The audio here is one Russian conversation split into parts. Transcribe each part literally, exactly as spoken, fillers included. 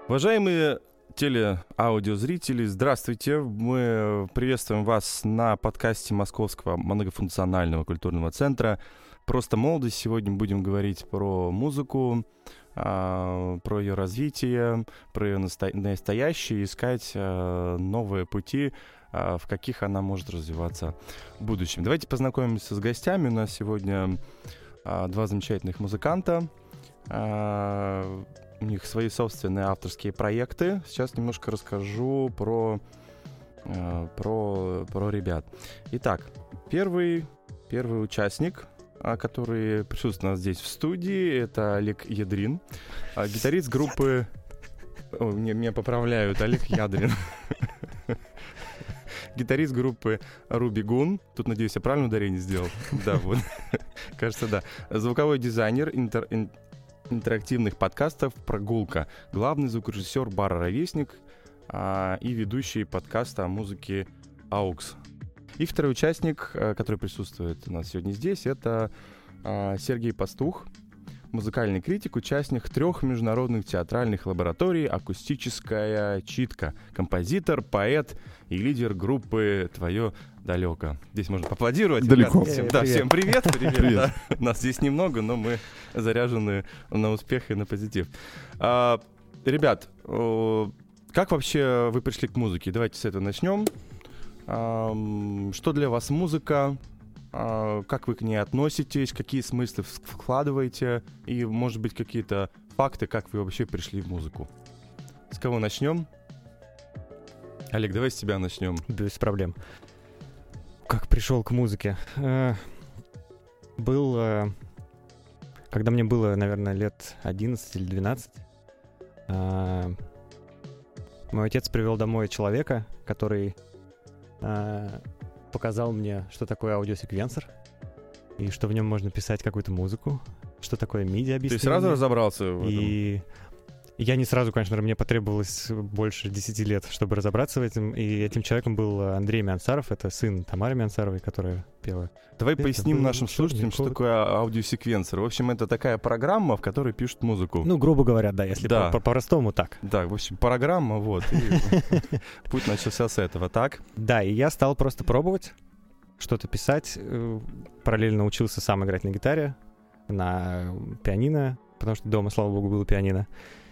Уважаемые телеаудиозрители, здравствуйте! Мы приветствуем вас на подкасте Московского многофункционального культурного центра «Просто молодость». Сегодня будем говорить про музыку, про ее развитие, про ее настоящее, искать новые пути, в каких она может развиваться в будущем. Давайте познакомимся с гостями. У нас сегодня два замечательных музыканта. У них свои собственные авторские проекты. Сейчас немножко расскажу про, про, про ребят. Итак, первый, первый участник, который присутствует у нас здесь в студии, это Олег Ядрин, гитарист группы... О, мне, меня поправляют, Олег Ядрин. Гитарист группы Рубигун. Тут, надеюсь, я правильно ударение сделал? Да, вот. Кажется, да. Звуковой дизайнер, интер... интерактивных подкастов «Прогулка», главный звукорежиссер бара «Ровесник» а, и ведущий подкаста о музыке «Аукс». И второй участник, а, который присутствует у нас сегодня здесь, это а, Сергей Пастух, музыкальный критик, участник трех международных театральных лабораторий «Акустическая читка», композитор, поэт и лидер группы «Твое далеко». Здесь можно поаплодировать. Далеко. Всем, да, всем привет. Привет. привет. Да. Нас здесь немного, но мы заряжены на успех и на позитив. А, ребят, о, как вообще вы пришли к музыке? Давайте с этого начнем. А, что для вас музыка? А, как вы к ней относитесь? Какие смыслы вкладываете? И, может быть, какие-то факты, как вы вообще пришли в музыку? С кого начнем? Олег, давай с тебя начнем. Без проблем. Как пришел к музыке? Э, был, э, когда мне было, наверное, лет одиннадцать или двенадцать, э, мой отец привел домой человека, который э, показал мне, что такое аудиосеквенсор, и что в нем можно писать какую-то музыку, что такое миди, объяснил. Ты сразу мне. разобрался в этом? И я не сразу, конечно, мне потребовалось больше десяти лет, чтобы разобраться в этом. И этим человеком был Андрей Миансаров, это сын Тамары Миансаровой, которая пела. Давай это поясним нашим слушателям, что такое аудиосеквенсор. В общем, это такая программа, в которой пишут музыку. Ну, грубо говоря, да, если да. По- по-простому так. Да, в общем, программа, вот. Путь начался с этого, так? Да, и я стал просто пробовать что-то писать. Параллельно учился сам играть на гитаре, на пианино, потому что дома, слава богу, было пианино.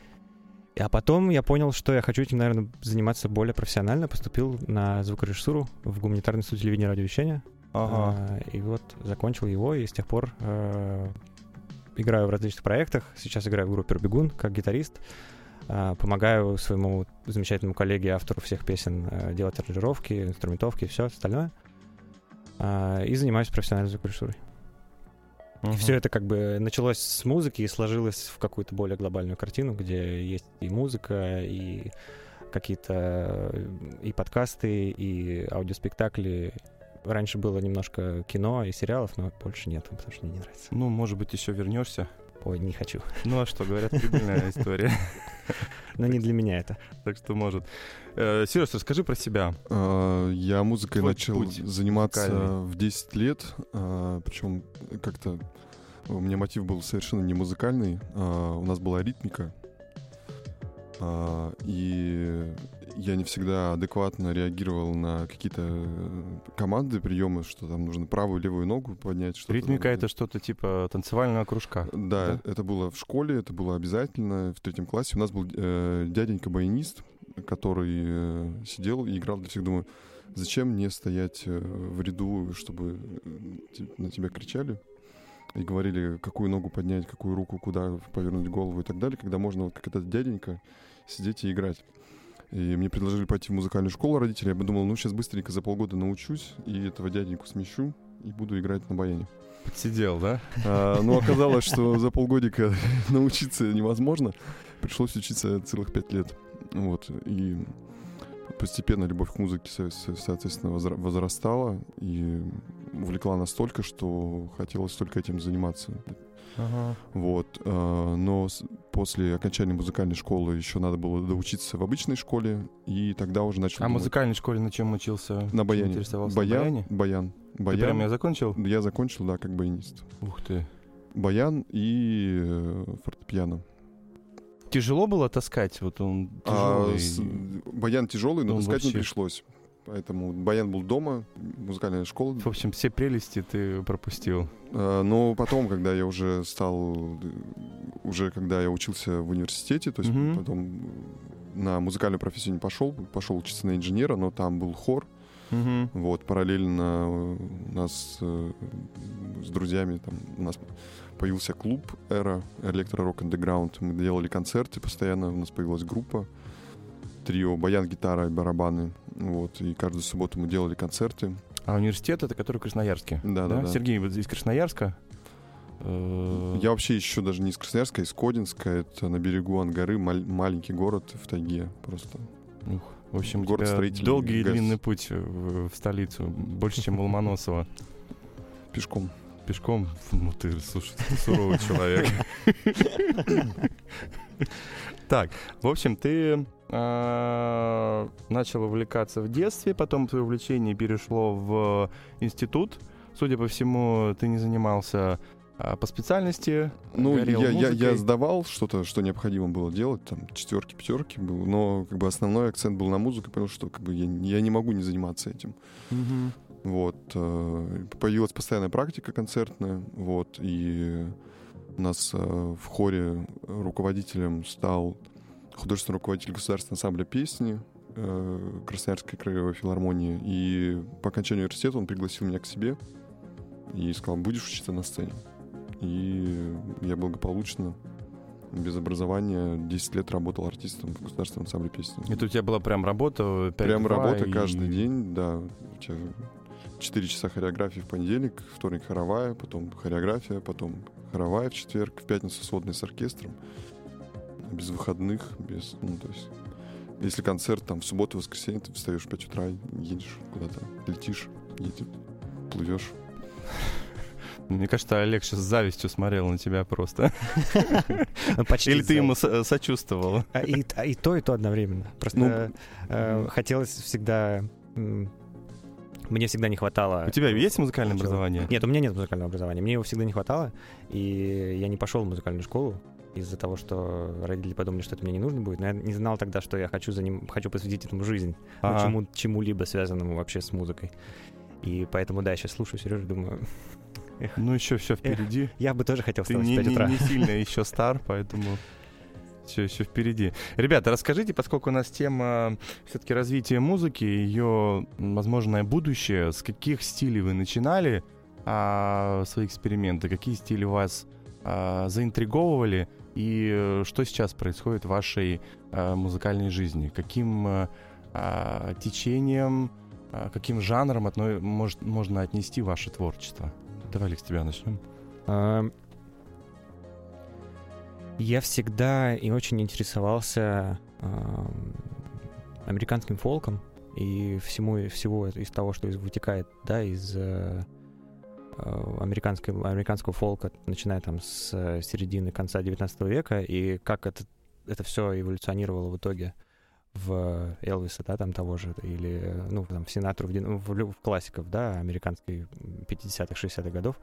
А потом я понял, что я хочу этим, наверное, заниматься более профессионально. Поступил на звукорежиссуру в гуманитарный институт телевидения и радиовещания. Ага. А, и вот закончил его, и с тех пор а, играю в различных проектах. Сейчас играю в группе «Рубигун» как гитарист. А, помогаю своему замечательному коллеге, автору всех песен, а, делать аранжировки, инструментовки и все остальное. А, и занимаюсь профессиональной звукорежиссурой. Uh-huh. И все это как бы началось с музыки и сложилось в какую-то более глобальную картину, где есть и музыка, и какие-то и подкасты, и аудиоспектакли. Раньше было немножко кино и сериалов, но больше нет, потому что мне не нравится. Ну, может быть, еще вернешься? Ой, не хочу. Ну, а что, говорят, прибыльная история. Но не для меня это. Так что может. Сереж, расскажи про себя. Я музыкой начал заниматься в десять лет, причем как-то у меня мотив был совершенно не музыкальный. У нас была ритмика, и я не всегда адекватно реагировал на какие-то команды, приемы, что там нужно правую и левую ногу поднять. Что-то Ритмика там. — это что-то типа танцевального кружка? Да, да, это было в школе, это было обязательно. В третьем классе у нас был э, дяденька-баянист, который э, сидел и играл для всех. Думаю, зачем мне стоять э, в ряду, чтобы э, на тебя кричали и говорили, какую ногу поднять, какую руку, куда повернуть голову и так далее, когда можно, вот как этот дяденька, сидеть и играть. И мне предложили пойти в музыкальную школу родители. Я бы думал, ну сейчас быстренько за полгода научусь, и этого дяденьку смещу, и буду играть на баяне. Подсидел, да? А, ну, оказалось, что за полгодика научиться невозможно. Пришлось учиться целых пять лет. Вот. И постепенно любовь к музыке, соответственно, возрастала и увлекла настолько, что хотелось только этим заниматься. Ага. Вот. Но после окончания музыкальной школы еще надо было доучиться в обычной школе, и тогда уже начал... А в думать... музыкальной школе на чем учился? На баяне. Интересовался Баян, на баяне? Баян. Баян. Ты прям я закончил? Я закончил, да, как баянист. Ух ты. Баян и фортепиано. тяжело было таскать? Вот он А, тяжелый. с- баян тяжелый, но Он таскать не вообще- пришлось. Поэтому баян был дома, музыкальная школа. В общем, все прелести ты пропустил. А, Но потом, когда я уже стал, э, уже когда я учился в университете, то есть Мгм. потом на музыкальную профессию не пошел, пошел учиться на инженера, но там был хор. Мгм. Вот, параллельно э, у нас э, с друзьями там у нас появился клуб «Эра», «Электро-рок андеграунд». Мы делали концерты постоянно, у нас появилась группа, трио, баян, гитара и барабаны. Вот, и каждую субботу мы делали концерты. А университет это который в Красноярске? Да, да, да. Сергей, вот из Красноярска? Э, Я вообще еще даже не из Красноярска, а из Кодинска. Это на берегу Ангары, маль- маленький город в тайге просто. ух, В общем, у город тебя строителей, долгий и ГЭС. длинный путь в, в столицу. Больше, чем у Ломоносова. Пешком. Пешком? Ну ты, слушай, ты суровый человек. Так, в общем, ты а, начал увлекаться в детстве, потом твое увлечение перешло в институт. Судя по всему, ты не занимался а, по специальности. Ну, горел я, я, я музыкой. сдавал что-то, что необходимо было делать, там, четверки, пятерки был, но как бы основной акцент был на музыке, понял, что как бы я, я не могу не заниматься этим. Мгм. Вот. э, Появилась постоянная практика концертная, вот, и у нас э, в хоре руководителем стал художественный руководитель государственного ансамбля песни э, Красноярской краевой филармонии, и по окончанию университета он пригласил меня к себе и сказал: будешь учиться на сцене. И я благополучно, без образования, десять лет работал артистом в государственном ансамбле песни. Это у тебя была прям работа? пять Прям два работа и- каждый день, да. У тебя четыре часа хореографии в понедельник, вторник хоровая, потом хореография, потом хоровая в четверг, в пятницу сводный с оркестром. Без выходных, без... Ну, то есть, если концерт там в субботу, воскресенье, ты встаешь в пять утра, едешь куда-то, летишь, едешь, плывешь. Мне кажется, Олег сейчас с завистью смотрел на тебя просто. Ну, почти Или ты ему за- со- сочувствовал? А И, а и то, и то одновременно. Просто Ну, э, мгм. хотелось всегда... м, Мне всегда не хватало... У тебя есть музыкальное Начала. образование? Нет, у меня нет музыкального образования. Мне его всегда не хватало, и я не пошел в музыкальную школу из-за того, что родители подумали, что это мне не нужно будет. Но я не знал тогда, что я хочу, за ним, хочу посвятить этому жизнь. Ну, Ага. чему, чему-либо связанному вообще с музыкой. И поэтому, да, я сейчас слушаю Сережу, думаю, Ну, еще все впереди. я бы тоже хотел Ты вставать в не, пять не- утра. не сильно еще стар, поэтому все еще впереди. Ребята, расскажите, поскольку у нас тема все-таки развития музыки, ее возможное будущее, с каких стилей вы начинали а, свои эксперименты, какие стили вас а, заинтриговывали, и э, что сейчас происходит в вашей а, музыкальной жизни? Каким а, а, течением, а, каким жанром отно- может, можно отнести ваше творчество? Давай, Алекс, с тебя начнем. Эм, Я всегда и очень интересовался эм, американским фолком и всему, всего из того, что из- вытекает, да, из э, э, американской, американского фолка, начиная там с э, середины, конца девятнадцатого века, и как это, это все эволюционировало в итоге в Элвиса, да, там того же, или, э, ну, там, в Синатру, в, дин- в лю- в классиков, да, американской пятидесятых, шестидесятых годов.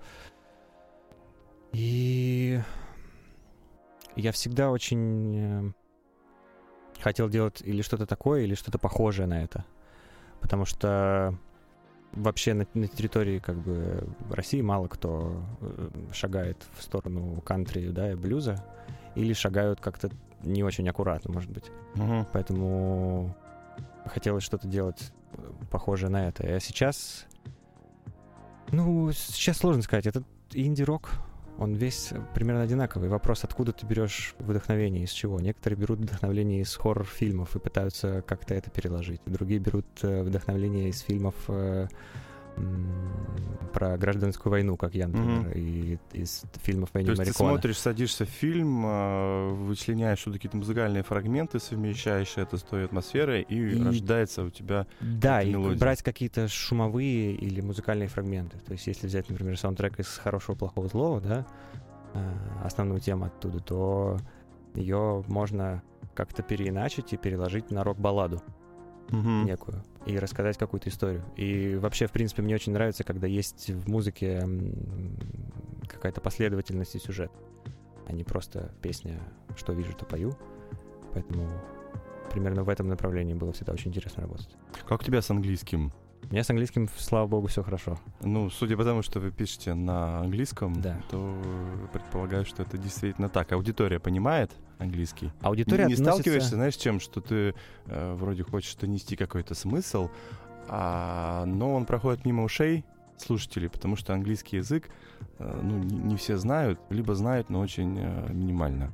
И я всегда очень э, хотел делать или что-то такое, или что-то похожее на это. Потому что вообще на, на территории как бы России мало кто э, шагает в сторону кантри, да, и блюза, или шагают как-то не очень аккуратно, может быть. Мгм. Поэтому хотелось что-то делать э, похожее на это. А сейчас... Ну, сейчас сложно сказать. Это инди-рок. Он весь примерно одинаковый. Вопрос, откуда ты берешь вдохновение, из чего. Некоторые берут вдохновение из хоррор-фильмов и пытаются как-то это переложить. Другие берут э, вдохновение из фильмов э, м, про гражданскую войну, как я, например, Мгм. и из фильмов То Энни есть ты Морриконе. смотришь, садишься в фильм, а, вычленяешь что-то, какие-то музыкальные фрагменты, совмещаешь это с той атмосферой, и, И- рождается у тебя... Да, какие-то и мелодии. брать какие-то шумовые или музыкальные фрагменты. То есть, если взять, например, саундтрек из «Хорошего, плохого, злого», да, э, основную тему оттуда, то ее можно как-то переиначить и переложить на рок-балладу Мгм. некую и рассказать какую-то историю. И вообще, в принципе, мне очень нравится, когда есть в музыке м, какая-то последовательность и сюжет, а не просто песня «Что вижу, то пою». поэтому примерно в этом направлении было всегда очень интересно работать. Как у тебя с английским? У меня с английским, слава богу, все хорошо. Ну, судя по тому, что вы пишете на английском, да. то предполагаю, что это действительно так. Аудитория понимает английский? Аудитория Не, не относится... сталкиваешься, знаешь, с чем? Что ты э, вроде хочешь донести какой-то смысл, а, но он проходит мимо ушей слушателей, потому что английский язык, э, ну, не, не все знают, либо знают, но очень э, минимально.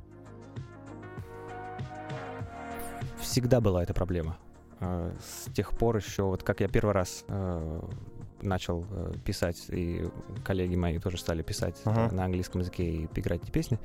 Всегда была эта проблема. С тех пор еще, вот как я первый раз э, начал э, писать, и коллеги мои тоже стали писать ага. на английском языке и играть эти песни,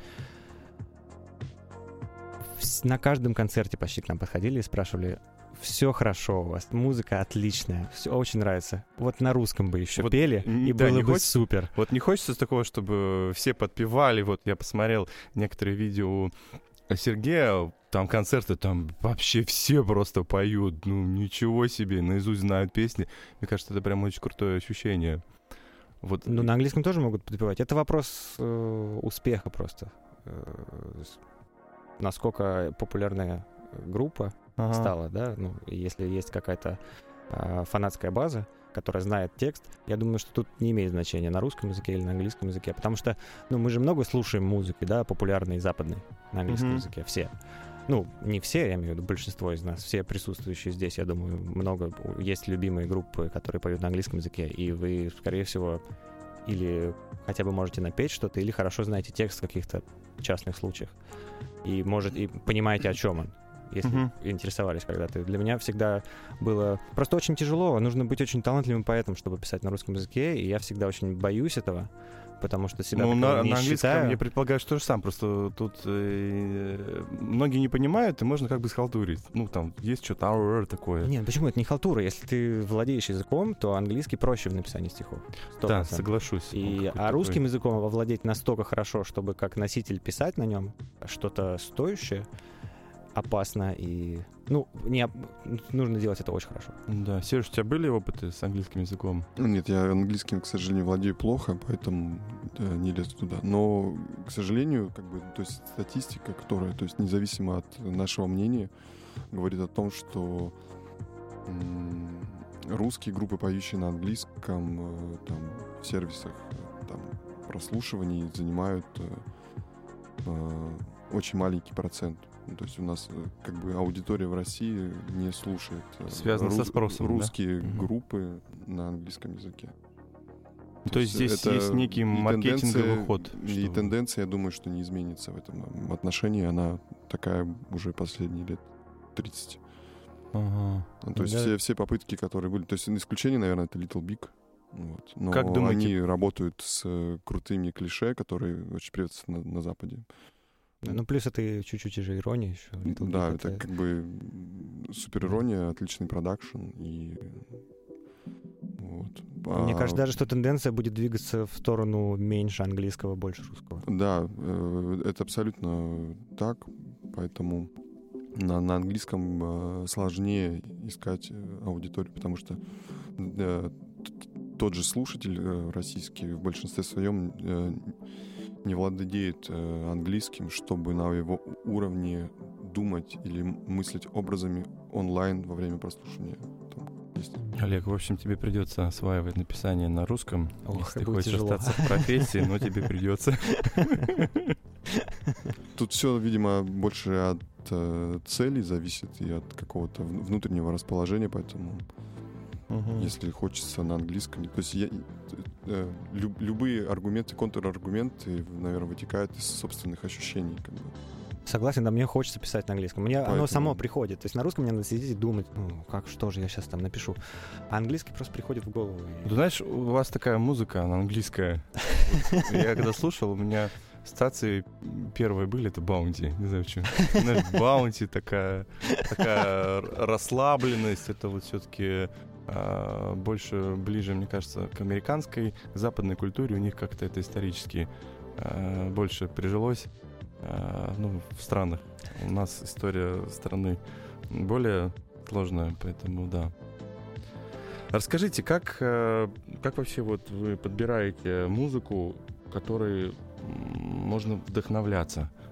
в, на каждом концерте почти к нам подходили и спрашивали: все хорошо у вас, музыка отличная, все очень нравится. Вот на русском бы еще вот, пели, и да, было бы хочется, супер. Вот не хочется такого, чтобы все подпевали. Вот я посмотрел некоторые видео Сергея, там концерты, там вообще все просто поют, ну ничего себе, наизусть знают песни. Мне кажется, это прям очень крутое ощущение. Вот. Ну, на английском тоже могут подпевать. Это вопрос э, успеха просто. Э, насколько популярная группа ага. стала, да, ну, если есть какая-то э, фанатская база, которая знает текст, я думаю, что тут не имеет значения, на русском языке или на английском языке, потому что, ну, мы же много слушаем музыки, да, популярной западной на английском mm-hmm. языке, все. Ну, не все, я имею в виду большинство из нас, все присутствующие здесь, я думаю, много есть любимые группы, которые поют на английском языке, и вы, скорее всего, или хотя бы можете напеть что-то, или хорошо знаете текст в каких-то частных случаях, и, может, и понимаете, о чем он, если uh-huh. интересовались когда-то. Для меня всегда было просто очень тяжело, нужно быть очень талантливым поэтом, чтобы писать на русском языке, и я всегда очень боюсь этого, потому что себя ну, на, не на английском считаю. Я предполагаю, что то же самое, просто тут э, многие не понимают, и можно как бы схалтурить. Ну, там есть что-то ар такое. Нет, почему? Это не халтура. Если ты владеешь языком, то английский проще в написании стихов. сто процентов. Да, соглашусь. И, а русским такой. языком овладеть настолько хорошо, чтобы как носитель писать на нем что-то стоящее, опасно и... Ну, не, нужно делать это очень хорошо. Да. Сереж, у тебя были опыты с английским языком? Нет, я английским, к сожалению, владею плохо, поэтому да, не лезу туда. Но, к сожалению, как бы, то есть статистика, которая, то есть независимо от нашего мнения, говорит о том, что м- русские группы, поющие на английском, э, там, в сервисах там, прослушиваний занимают э, э, очень маленький процент. То есть у нас как бы аудитория в России не слушает Связано рус- со спросом, русские да? группы на английском языке. То, То есть здесь есть некий маркетинговый ход. И что... тенденция, я думаю, что не изменится в этом отношении. Она такая уже последние лет тридцать. Ага. То есть да. все, все попытки, которые были... То есть исключение, наверное, это Little Big. Вот. Но как думаете... они работают с крутыми клише, которые очень приветствуются на, на Западе. Ну, плюс это чуть-чуть же ирония еще. Little да, это, это как бы супер ирония, отличный продакшн и вот. Мне а... кажется, даже что тенденция будет двигаться в сторону меньше английского, больше русского. Да, это абсолютно так, поэтому на, на английском сложнее искать аудиторию, потому что тот же слушатель российский в большинстве своем не владеет э, английским, чтобы на его уровне думать или мыслить образами онлайн во время прослушивания. Там, если... Олег, в общем, тебе придется осваивать написание на русском, Ох, если ты хочешь тяжело. остаться в профессии, но тебе придется. Тут все, видимо, больше от э, целей зависит и от какого-то внутреннего расположения, поэтому Uh-huh. если хочется на английском. То есть я, э, люб, любые аргументы, контраргументы, наверное, вытекают из собственных ощущений. Как бы. Согласен, да, мне хочется писать на английском. Мне Поэтому... оно само приходит. То есть на русском мне надо сидеть и думать, ну, как, что же я сейчас там напишу. А английский просто приходит в голову. И... Ты знаешь, у вас такая музыка, она английская. Я когда слушал, у меня стации первые были, это Баунти. Не знаю, почему. Знаешь, Баунти такая расслабленность, это вот все-таки больше, ближе, мне кажется, к американской, к западной культуре. У них как-то это исторически э, больше прижилось э, ну, в странах. У нас история страны более сложная, поэтому да. Расскажите, как, э, как вообще вот вы подбираете музыку, которой можно вдохновляться?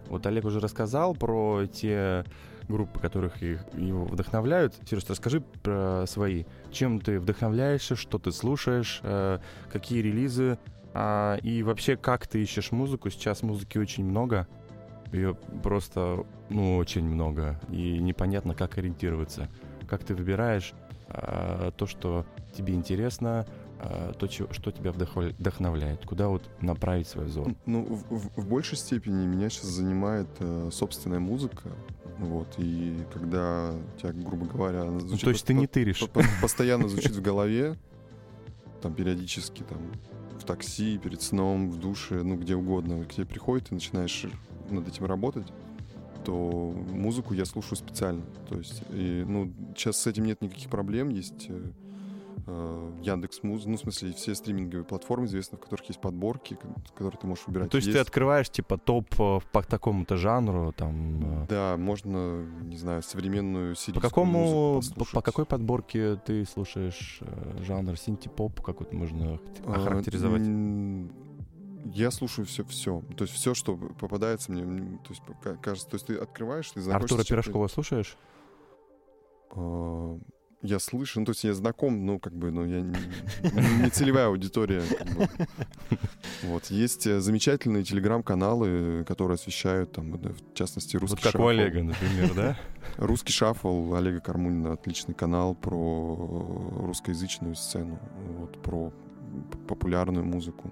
Вот Олег уже рассказал про те группы, которых их, его вдохновляют. Сереж, расскажи про свои. Чем ты вдохновляешься, что ты слушаешь, э, какие релизы, э, и вообще как ты ищешь музыку. Сейчас музыки очень много, ее просто, ну, очень много, и непонятно, как ориентироваться. Как ты выбираешь э, то, что тебе интересно, э, то, что тебя вдохновляет, куда вот направить свой взор? Ну, в, в, в большей степени меня сейчас занимает э, собственная музыка. Вот, и когда у тебя, грубо говоря, она звучит... Ну, то есть по- ты не тыришь? По- по- постоянно звучит в голове, там, периодически, там, в такси, перед сном, в душе, ну, где угодно, к тебе приходит, ты начинаешь над этим работать, то музыку я слушаю специально. То есть, и, ну, сейчас с этим нет никаких проблем, есть... Яндекс.Музыка, ну, в смысле, все стриминговые платформы известны, в которых есть подборки, которые ты можешь выбирать. То есть, есть... ты открываешь, типа, топ по такому-то жанру, там... Да, можно, не знаю, современную сирийскую по какому, музыку послушать. По, по какой подборке ты слушаешь жанр синти-поп, как вот можно охарактеризовать? А, я слушаю все-все. То есть все, что попадается мне, то есть, кажется, то есть ты открываешь, ты знакомишься... Артура Пирожкова слушаешь? А... Я слышу, ну, то есть я знаком, ну, как бы, ну, я не, не целевая аудитория. Как бы. Вот. Есть замечательные телеграм-каналы, которые освещают, там, в частности, русский шаффл. Вот как у Олега, например, да? Русский шаффл Олега Кармунина, отличный канал про русскоязычную сцену, вот, про популярную музыку.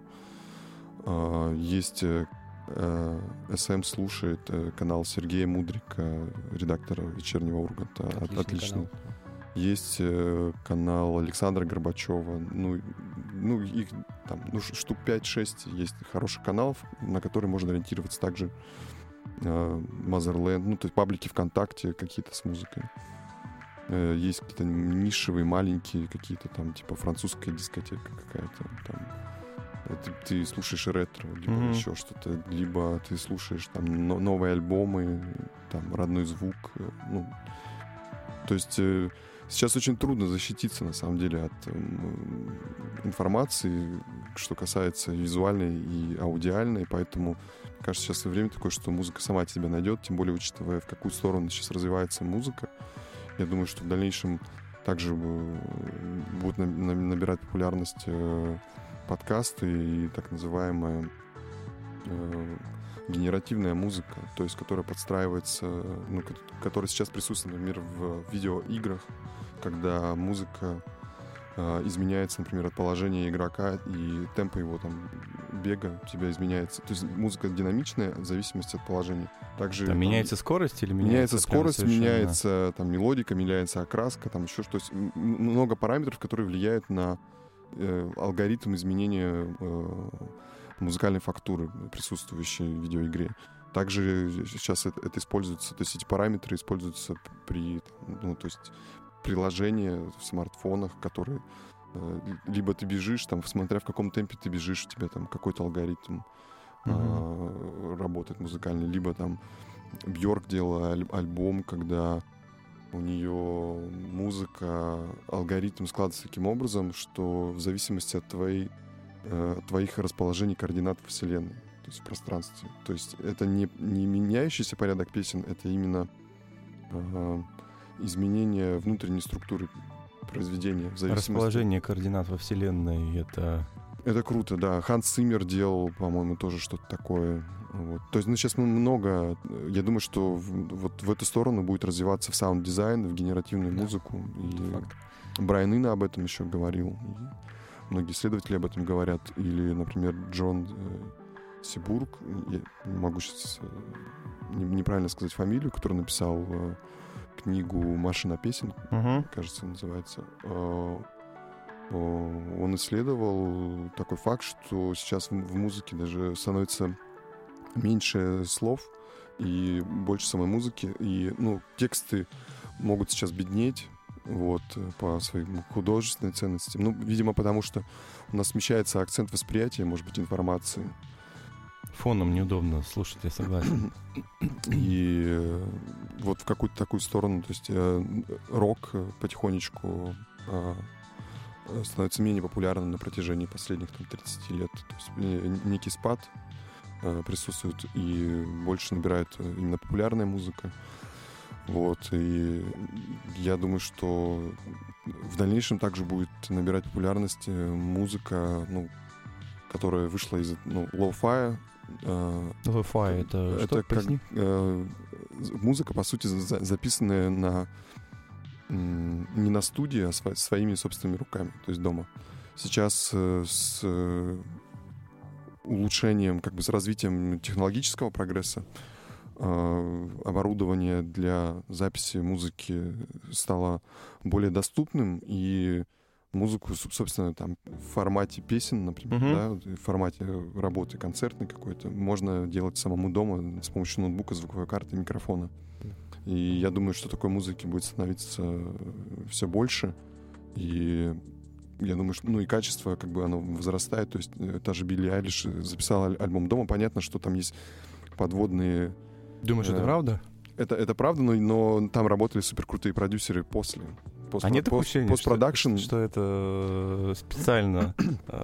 Есть эс эм слушает канал Сергея Мудрика, редактора «Вечернего Урганта». Отличный. Отличный. Есть э, канал Александра Горбачева. Ну, ну их там ну, штук пять-шесть есть хороших каналов, на которые можно ориентироваться. Также э, Motherland, ну, то есть паблики ВКонтакте какие-то с музыкой. Э, есть какие-то нишевые, маленькие, какие-то там, типа французская дискотека какая-то. Там. Ты, ты слушаешь ретро, либо mm-hmm. еще что-то, либо ты слушаешь там но, новые альбомы, там родной звук. Ну, то есть... Э, Сейчас очень трудно защититься, на самом деле, от э, информации, что касается визуальной и аудиальной, поэтому, мне кажется, сейчас время такое, что музыка сама тебя найдет, тем более учитывая, в какую сторону сейчас развивается музыка. Я думаю, что в дальнейшем также будут набирать популярность э, подкасты и так называемая э, генеративная музыка, то есть которая подстраивается, ну, которая сейчас присутствует, например, в видеоиграх, когда музыка э, изменяется, например, от положения игрока и темпа его там бега у тебя изменяется. То есть музыка динамичная в зависимости от положения. Также там, там меняется скорость или меняется? Меняется скорость, совершенно... меняется там мелодика, меняется окраска, там еще что-то. Много параметров, которые влияют на э, алгоритм изменения э, музыкальной фактуры, присутствующей в видеоигре. Также сейчас это, это используется, то есть эти параметры используются при, ну, то есть приложения в смартфонах, которые э, либо ты бежишь, там, смотря в каком темпе ты бежишь, у тебя там какой-то алгоритм mm-hmm. э, работает музыкальный, либо там Бьорк делала аль- альбом, когда у нее музыка, алгоритм складывается таким образом, что в зависимости от твоей твоих расположений координат в Вселенной, то есть в пространстве. То есть это не, не меняющийся порядок песен, это именно э, изменение внутренней структуры произведения. В зависимости... Расположение координат во Вселенной — это... Это круто, да. Ханс Циммер делал, по-моему, тоже что-то такое. Вот. То есть, ну, сейчас много... Я думаю, что в, вот в эту сторону будет развиваться в саунд-дизайн, в генеративную да. музыку. И Брайан Ина об этом еще говорил. Многие исследователи об этом говорят. Или, например, Джон э, Сибург, я не могу сейчас э, не, неправильно сказать фамилию, который написал э, книгу «Машина песен», uh-huh. кажется, называется. Э, э, он исследовал такой факт, что сейчас в, в музыке даже становится меньше слов и больше самой музыки. И, ну, тексты могут сейчас беднеть, вот, по своим художественной ценности. Ну, видимо, потому что у нас смещается акцент восприятия, может быть, информации. Фоном неудобно слушать, я согласен. И э, вот в какую-то такую сторону, то есть э, рок потихонечку э, становится менее популярным на протяжении последних там, тридцати лет. То есть э, некий спад э, присутствует, и больше набирает именно популярная музыка. Вот, и я думаю, что в дальнейшем также будет набирать популярность музыка, ну, которая вышла из, ну, лоу-фая. Лоу-фай — это, это что, как, э, музыка, по сути, за, записанная на не на студии, а сво, своими собственными руками, то есть дома. Сейчас э, с э, улучшением, как бы с развитием технологического прогресса, э, оборудование для записи музыки стало более доступным, и музыку, собственно, там в формате песен, например, uh-huh. да, в формате работы концертной какой-то, можно делать самому дома с помощью ноутбука, звуковой карты, микрофона. И я думаю, что такой музыки будет становиться все больше. И я думаю, что, ну, и качество, как бы, оно возрастает. То есть та же Билли Айлиш записала альбом дома. Понятно, что там есть подводные... Думаешь, э, это правда? Это, это правда, но, но там работали суперкрутые продюсеры после. Пост, а нет такого ощущения, постпродакшн, что, что это специально,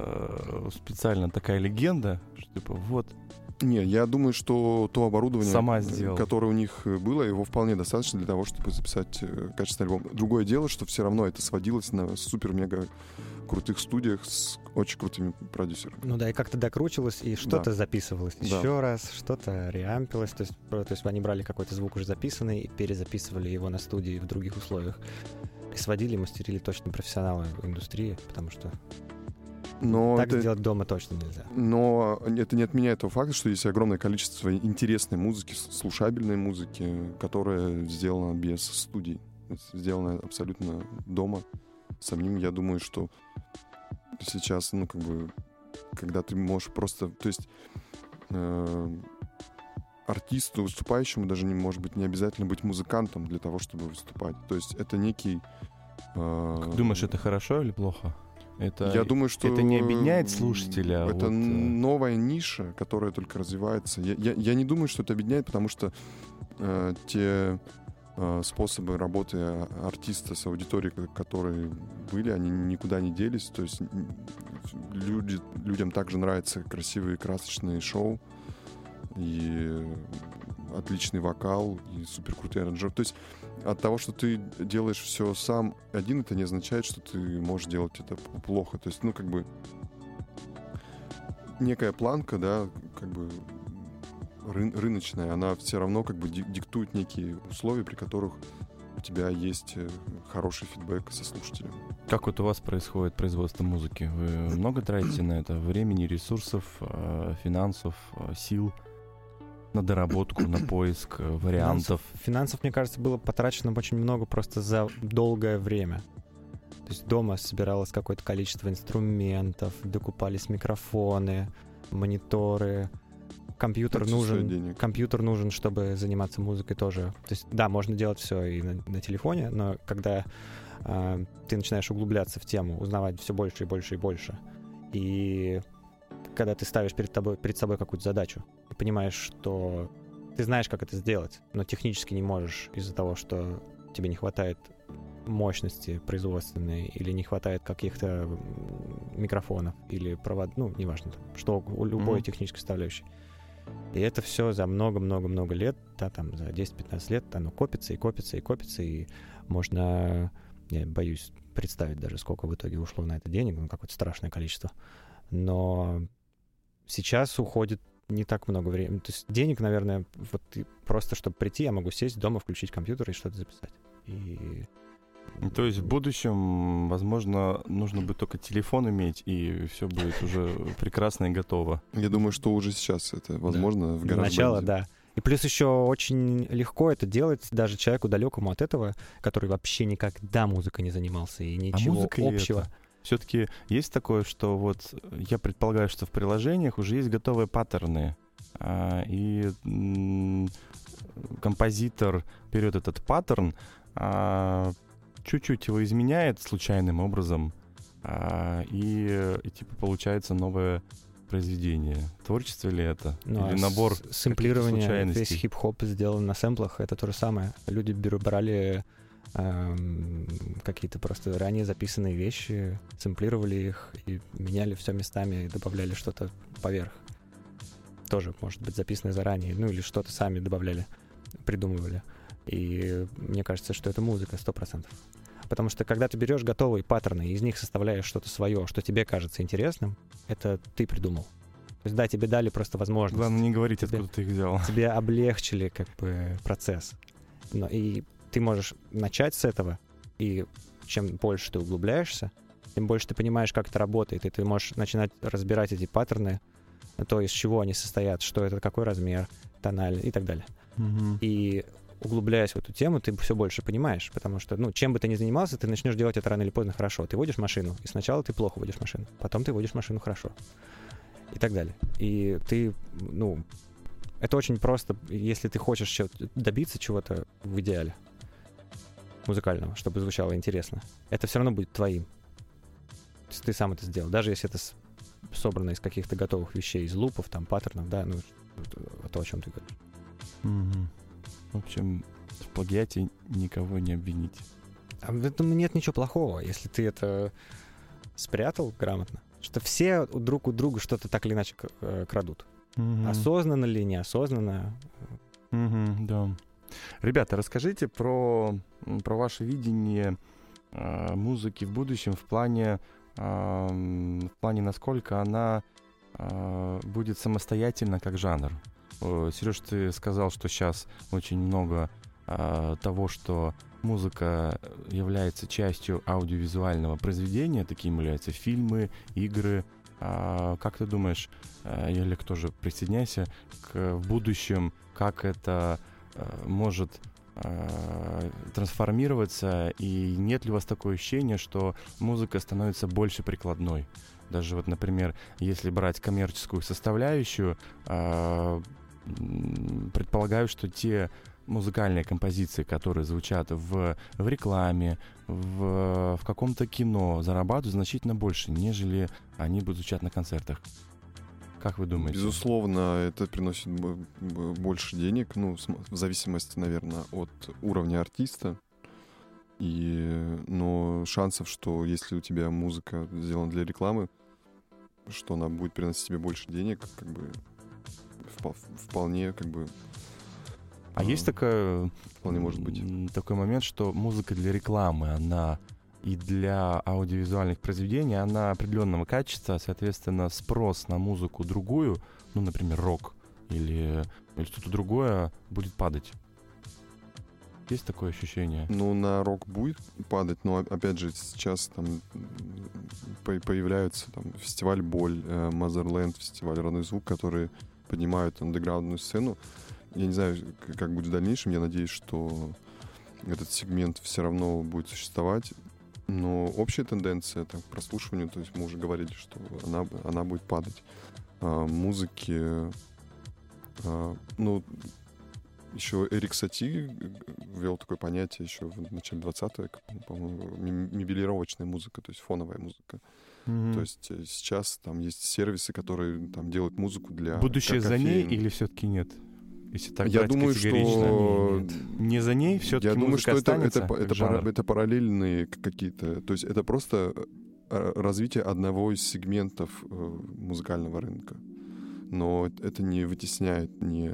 специально такая легенда, что типа вот... Не, я думаю, что то оборудование, Сама сделала. которое у них было, его вполне достаточно для того, чтобы записать качественный альбом. Другое дело, что все равно это сводилось на супер-мега крутых студиях с очень крутыми продюсерами. Ну да, и как-то докручивалось, и что-то да. записывалось да. еще раз, что-то реампилось. То есть, то есть они брали какой-то звук уже записанный и перезаписывали его на студии в других условиях. И сводили, мастерили точно профессионалы в индустрии, потому что но так это, сделать дома точно нельзя. Но это не отменяет того факта, что есть огромное количество интересной музыки, слушабельной музыки, которая сделана без студий, сделана абсолютно дома самим. Я думаю, что сейчас, ну, как бы, когда ты можешь просто... То есть э, артисту, выступающему даже, не, может быть, не обязательно быть музыкантом для того, чтобы выступать. То есть это некий... Э, Думаешь, это хорошо или плохо? Это, я думаю, что это не объединяет слушателя. Это вот... новая ниша, которая только развивается. Я, я, я не думаю, что это объединяет, потому что э, те э, способы работы артиста с аудиторией, которые были, они никуда не делись. То есть люди, людям также нравятся красивые красочные шоу и отличный вокал и суперкрутые аранжировки. То есть от того, что ты делаешь все сам один, это не означает, что ты можешь делать это плохо. То есть, ну, как бы некая планка, да, как бы ры- рыночная, она все равно как бы диктует некие условия, при которых у тебя есть хороший фидбэк со слушателем. Как вот у вас происходит производство музыки? Вы много тратите на это времени, ресурсов, финансов, сил? На доработку, на поиск вариантов. Финансов, финансов, мне кажется, было потрачено очень много просто за долгое время. То есть дома собиралось какое-то количество инструментов, докупались микрофоны, мониторы. Компьютер это нужен, компьютер нужен, чтобы заниматься музыкой тоже. То есть, да, можно делать все и на, на телефоне, но когда э, ты начинаешь углубляться в тему, узнавать все больше и больше и больше, и когда ты ставишь перед, тобой, перед собой какую-то задачу и понимаешь, что ты знаешь, как это сделать, но технически не можешь из-за того, что тебе не хватает мощности производственной или не хватает каких-то микрофонов или провод... ну, неважно, что у любой mm-hmm. технической составляющей. И это все за много-много-много лет, да, там за десять-пятнадцать лет оно копится и копится и копится, и можно, я боюсь представить даже, сколько в итоге ушло на это денег, ну, какое-то страшное количество. Но сейчас уходит не так много времени. То есть денег, наверное, вот просто чтобы прийти, я могу сесть дома, включить компьютер и что-то записать. И... То есть в будущем, возможно, нужно будет только телефон иметь, и все будет уже прекрасно и готово. Я думаю, что уже сейчас это возможно, да. В гараж-бенде. Начало, да. И плюс еще очень легко это делать даже человеку далекому от этого, который вообще никогда музыкой не занимался и ничего а общего. Все-таки есть такое, что вот я предполагаю, что в приложениях уже есть готовые паттерны, а, и м- композитор берет этот паттерн, а, чуть-чуть его изменяет случайным образом, а, и, и типа получается новое произведение. Творчество ли это? Ну, или набор сэмплирования, весь хип-хоп сделан на сэмплах, это то же самое. Люди беру, брали эм, какие-то просто ранее записанные вещи, сэмплировали их и меняли все местами и добавляли что-то поверх. тоже, может быть, записанное заранее, ну или что-то сами добавляли, придумывали. И мне кажется, что это музыка сто процентов. Потому что когда ты берешь готовые паттерны и из них составляешь что-то свое, что тебе кажется интересным, это ты придумал. То есть, да, тебе дали просто возможность. Главное не говорить, тебе, откуда ты их взял. Тебе облегчили как бы процесс. Но, и ты можешь начать с этого, и чем больше ты углубляешься, тем больше ты понимаешь, как это работает, и ты можешь начинать разбирать эти паттерны, то, из чего они состоят, что это, какой размер, тональный и так далее. Угу. И углубляясь в эту тему, ты все больше понимаешь, потому что, ну, чем бы ты ни занимался, ты начнешь делать это рано или поздно хорошо. Ты водишь машину, и сначала ты плохо водишь машину, потом ты водишь машину хорошо, и так далее. И ты, ну, это очень просто, если ты хочешь добиться чего-то в идеале музыкального, чтобы звучало интересно, это все равно будет твоим. То есть ты сам это сделал, даже если это собрано из каких-то готовых вещей, из лупов, там, паттернов, да, ну, то, о чем ты говоришь. Угу. В общем, в плагиате никого не обвинить. А в этом нет ничего плохого, если ты это спрятал грамотно. Что все друг у друга что-то так или иначе крадут. Угу. Осознанно ли, неосознанно. Угу, да. Ребята, расскажите про, про ваше видение э, музыки в будущем в плане, э, в плане, насколько она э, будет самостоятельна как жанр. Сереж, ты сказал, что сейчас очень много э, того, что музыка является частью аудиовизуального произведения, таким являются фильмы, игры. А, как ты думаешь, э, Елик, тоже присоединяйся, к, в будущем, как это э, может э, трансформироваться, и нет ли у вас такое ощущение, что музыка становится больше прикладной? Даже вот, например, если брать коммерческую составляющую, э, предполагаю, что те музыкальные композиции, которые звучат в, в рекламе, в, в каком-то кино, зарабатывают значительно больше, нежели они будут звучать на концертах. Как вы думаете? Безусловно, это приносит больше денег, ну, в зависимости, наверное, от уровня артиста. И, но шансов, что если у тебя музыка сделана для рекламы, что она будет приносить тебе больше денег, как бы вполне, как бы... А есть такая, вполне может быть. такой момент, что музыка для рекламы, она и для аудиовизуальных произведений, она определенного качества, соответственно, спрос на музыку другую, ну, например, рок или, или что-то другое, будет падать. Есть такое ощущение? Ну, на рок будет падать, но, опять же, сейчас там появляются там фестиваль «Боль», Motherland, фестиваль «Родной звук», которые поднимают андеграундную сцену. Я не знаю, как будет в дальнейшем. Я надеюсь, что этот сегмент все равно будет существовать. Но общая тенденция там, к прослушиванию, то есть мы уже говорили, что она, она будет падать. А, музыки... А, ну, еще Эрик Сати ввел такое понятие еще в начале двадцатого века, по-моему, мебелировочная музыка, то есть фоновая музыка. Mm-hmm. То есть сейчас там есть сервисы, которые там делают музыку для... Будущее за ней или все-таки нет? Если так я думаю, что нет. Не за ней, все-таки я думаю, что это, это, это, пара, это параллельные какие-то... То есть это просто развитие одного из сегментов э, музыкального рынка. Но это не вытесняет ни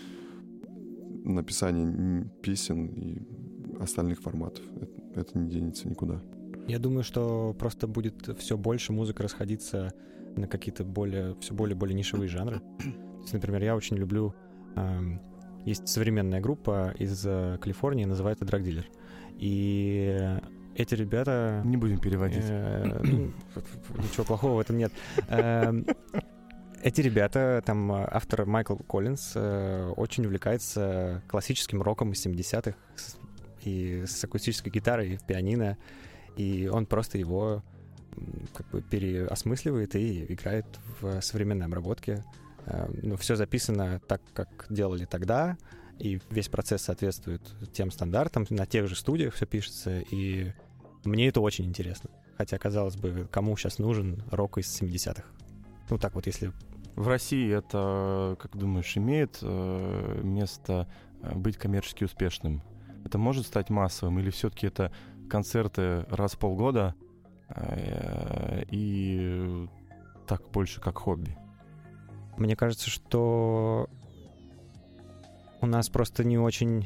написание песен и остальных форматов. Это, это не денется никуда. Я думаю, что просто будет все больше музыка расходиться на какие-то более, все более более нишевые жанры. То есть, например, я очень люблю... Эм, есть современная группа из э, Калифорнии, называется Drug Dealer. И эти ребята... Не будем переводить. Э, ну, ничего плохого в этом нет. Э, эти ребята, там автор Майкл Коллинз, э, очень увлекается классическим роком из семидесятых и с акустической гитарой, и пианино. И он просто его как бы переосмысливает и играет в современной обработке. Ну, все записано так, как делали тогда, и весь процесс соответствует тем стандартам, на тех же студиях все пишется, и мне это очень интересно. Хотя, казалось бы, кому сейчас нужен рок из семидесятых? Ну, так вот, если... В России это, как думаешь, имеет э, место быть коммерчески успешным? Это может стать массовым, или все-таки это концерты раз в полгода э, и так больше как хобби? Мне кажется, что у нас просто не очень...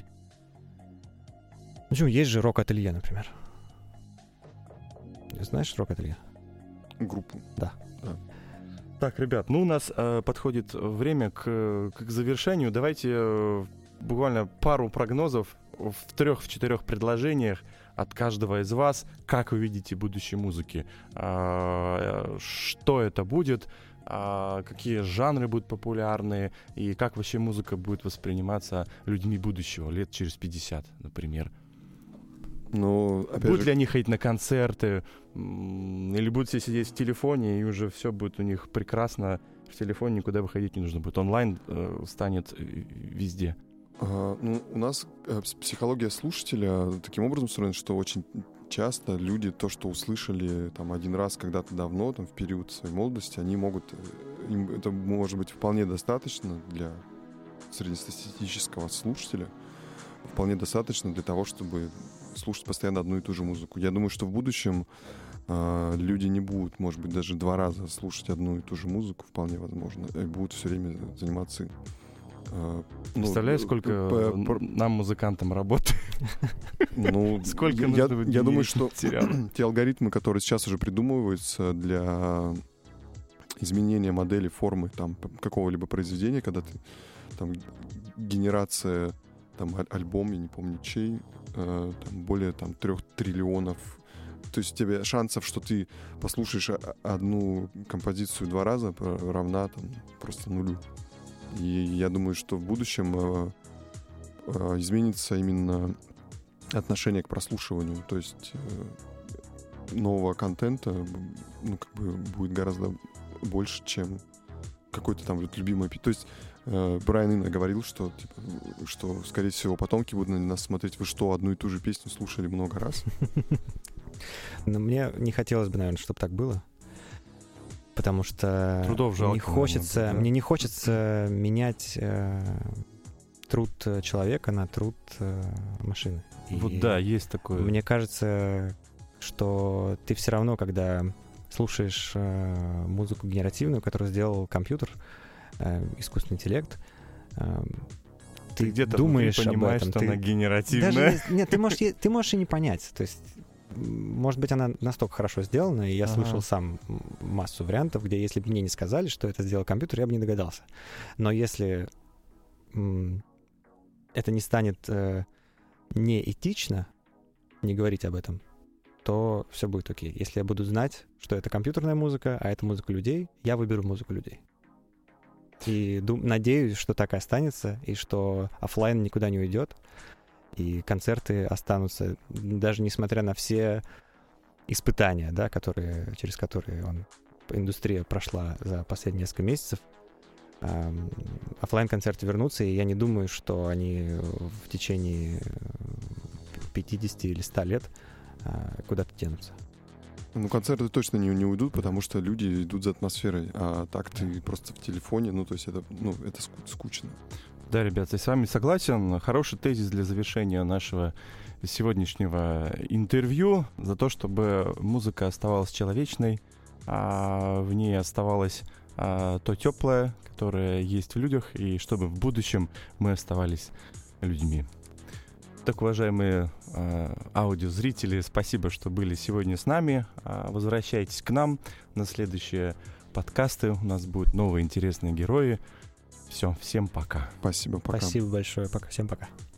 Ну, есть же рок-ателье, например. Знаешь рок-ателье? Группу. Да. да. Так, ребят, ну у нас э, подходит время к, к завершению. Давайте э, буквально пару прогнозов в трех-четырех предложениях от каждого из вас. Как вы видите будущее музыки? А, что это будет? А, какие жанры будут популярны? И как вообще музыка будет восприниматься людьми будущего, лет через пятьдесят, например? Но, опять будут же... ли они ходить на концерты? Или будут все сидеть в телефоне, и уже все будет у них прекрасно. В телефоне никуда выходить не нужно будет. Онлайн э, станет везде. А, ну, у нас э, психология слушателя таким образом устроена, что очень часто люди то, что услышали там один раз когда-то давно, там, в период своей молодости, они могут... Им это может быть вполне достаточно для среднестатистического слушателя. Вполне достаточно для того, чтобы слушать постоянно одну и ту же музыку. Я думаю, что в будущем э, люди не будут, может быть, даже два раза слушать одну и ту же музыку, вполне возможно, и будут все время заниматься... Э, Представляешь, ну, сколько по, по, нам, музыкантам, работает? Ну, сколько я, нужно я, я думаю, что те алгоритмы, которые сейчас уже придумываются для изменения модели формы там, какого-либо произведения, когда ты там генерация там альбом, я не помню чей, э, там, более там трех триллионов. То есть у тебя шансов, что ты послушаешь одну композицию два раза, равна там просто нулю. И я думаю, что в будущем э, э, изменится именно отношение к прослушиванию. То есть э, нового контента, ну, как бы будет гораздо больше, чем какой-то там вот любимый... То есть Брайан Ино говорил, что, типа, что, скорее всего, потомки будут на нас смотреть, вы что, одну и ту же песню слушали много раз? Но мне не хотелось бы, наверное, чтобы так было. Потому что Трудов жалко, не хочется, наверное, да? мне не хочется менять э, труд человека на труд э, машины. Вот И да, есть такое. Мне кажется, что ты все равно, когда слушаешь э, музыку генеративную, которую сделал компьютер, искусственный интеллект, ты, ты где-то думаешь понимаешь, об этом. что ты... она генеративная. Даже, нет, ты можешь, ты можешь и не понять. То есть, может быть, она настолько хорошо сделана, и я ага. слышал сам массу вариантов, где если бы мне не сказали, что это сделал компьютер, я бы не догадался. Но если м- это не станет э, неэтично не говорить об этом, то все будет окей. Если я буду знать, что это компьютерная музыка, а это музыка людей, я выберу музыку людей. И дум- надеюсь, что так и останется, и что офлайн никуда не уйдет, и концерты останутся, даже несмотря на все испытания, да, которые, через которые он, индустрия прошла за последние несколько месяцев. Эм, офлайн-концерты вернутся, и я не думаю, что они в течение пятьдесят или ста лет э, куда-то денутся. Ну, концерты точно не, не уйдут, потому что люди идут за атмосферой, а так ты просто в телефоне, ну, то есть это, ну, это скучно. Да, ребят, я с вами согласен. Хороший тезис для завершения нашего сегодняшнего интервью за то, чтобы музыка оставалась человечной, а в ней оставалось а, то теплое, которое есть в людях, и чтобы в будущем мы оставались людьми. Так, уважаемые э, аудиозрители, спасибо, что были сегодня с нами. Э, возвращайтесь к нам на следующие подкасты. У нас будут новые интересные герои. Все, всем пока. Спасибо, пока. Спасибо большое. Пока. Всем пока.